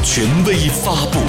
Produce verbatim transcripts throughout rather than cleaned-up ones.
权威发布。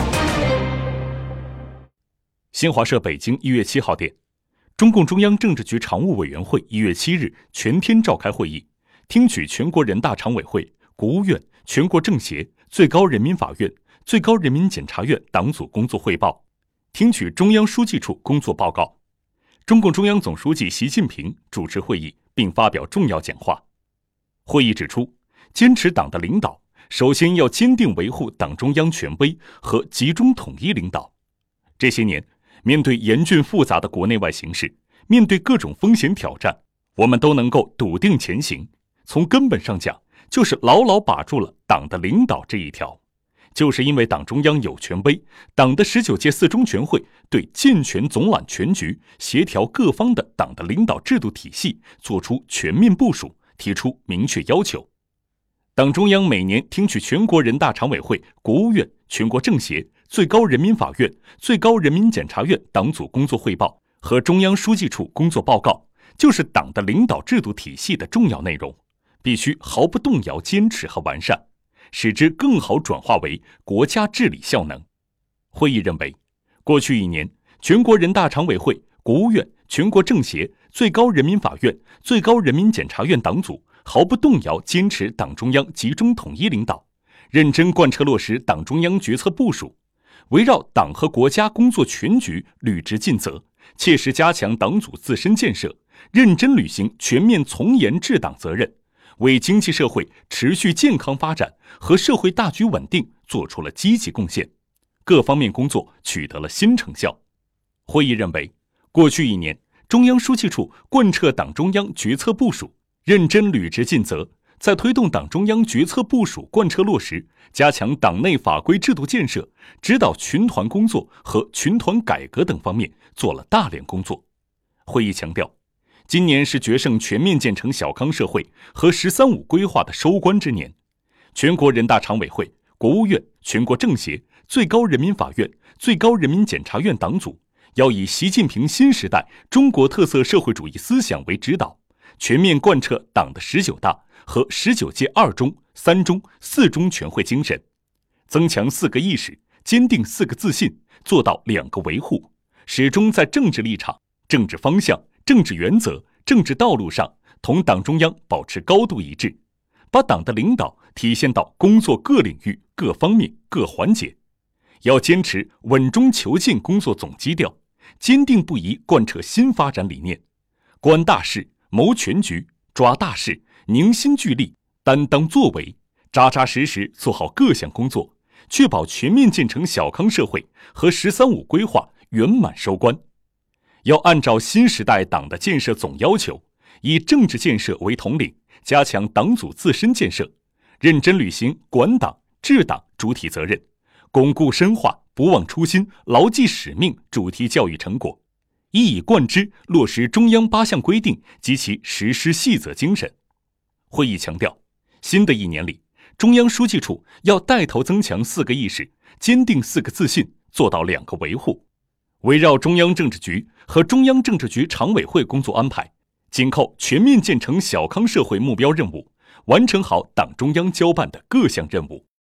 新华社北京一月七号电，中共中央政治局常务委员会一月七日全天召开会议，听取全国人大常委会、国务院、全国政协、最高人民法院、最高人民检察院党组工作汇报，听取中央书记处工作报告。中共中央总书记习近平主持会议并发表重要讲话。会议指出，坚持党的领导，首先要坚定维护党中央权威和集中统一领导。这些年，面对严峻复杂的国内外形势，面对各种风险挑战，我们都能够笃定前行。从根本上讲，就是牢牢把住了党的领导这一条。就是因为党中央有权威，党的十九届四中全会对健全总揽全局、协调各方的党的领导制度体系作出全面部署，提出明确要求。党中央每年听取全国人大常委会、国务院、全国政协、最高人民法院、最高人民检察院党组工作汇报和中央书记处工作报告，就是党的领导制度体系的重要内容，必须毫不动摇坚持和完善，使之更好转化为国家治理效能。会议认为，过去一年，全国人大常委会、国务院、全国政协、最高人民法院、最高人民检察院党组毫不动摇坚持党中央集中统一领导，认真贯彻落实党中央决策部署，围绕党和国家工作全局履职尽责，切实加强党组自身建设，认真履行全面从严治党责任，为经济社会持续健康发展和社会大局稳定做出了积极贡献，各方面工作取得了新成效。会议认为，过去一年，中央书记处贯彻党中央决策部署，认真履职尽责，在推动党中央决策部署贯彻落实，加强党内法规制度建设，指导群团工作和群团改革等方面做了大量工作。会议强调，今年是决胜全面建成小康社会和“十三五”规划的收官之年。全国人大常委会、国务院、全国政协、最高人民法院、最高人民检察院党组要以习近平新时代中国特色社会主义思想为指导，全面贯彻党的十九大和十九届二中、三中、四中全会精神，增强四个意识，坚定四个自信，做到两个维护，始终在政治立场、政治方向、政治原则、政治道路上同党中央保持高度一致，把党的领导体现到工作各领域、各方面、各环节。要坚持稳中求进工作总基调，坚定不移贯彻新发展理念，观大势、谋全局、抓大势、凝心聚力、担当作为，扎扎实实做好各项工作，确保全面建成小康社会和“十三五”规划圆满收官。要按照新时代党的建设总要求，以政治建设为统领，加强党组自身建设，认真履行管党、治党主体责任，巩固深化不忘初心、牢记使命主题教育成果，一以贯之落实中央八项规定及其实施细则精神。会议强调，新的一年里，中央书记处要带头增强四个意识，坚定四个自信，做到两个维护。围绕中央政治局和中央政治局常委会工作安排，紧扣全面建成小康社会目标任务，完成好党中央交办的各项任务。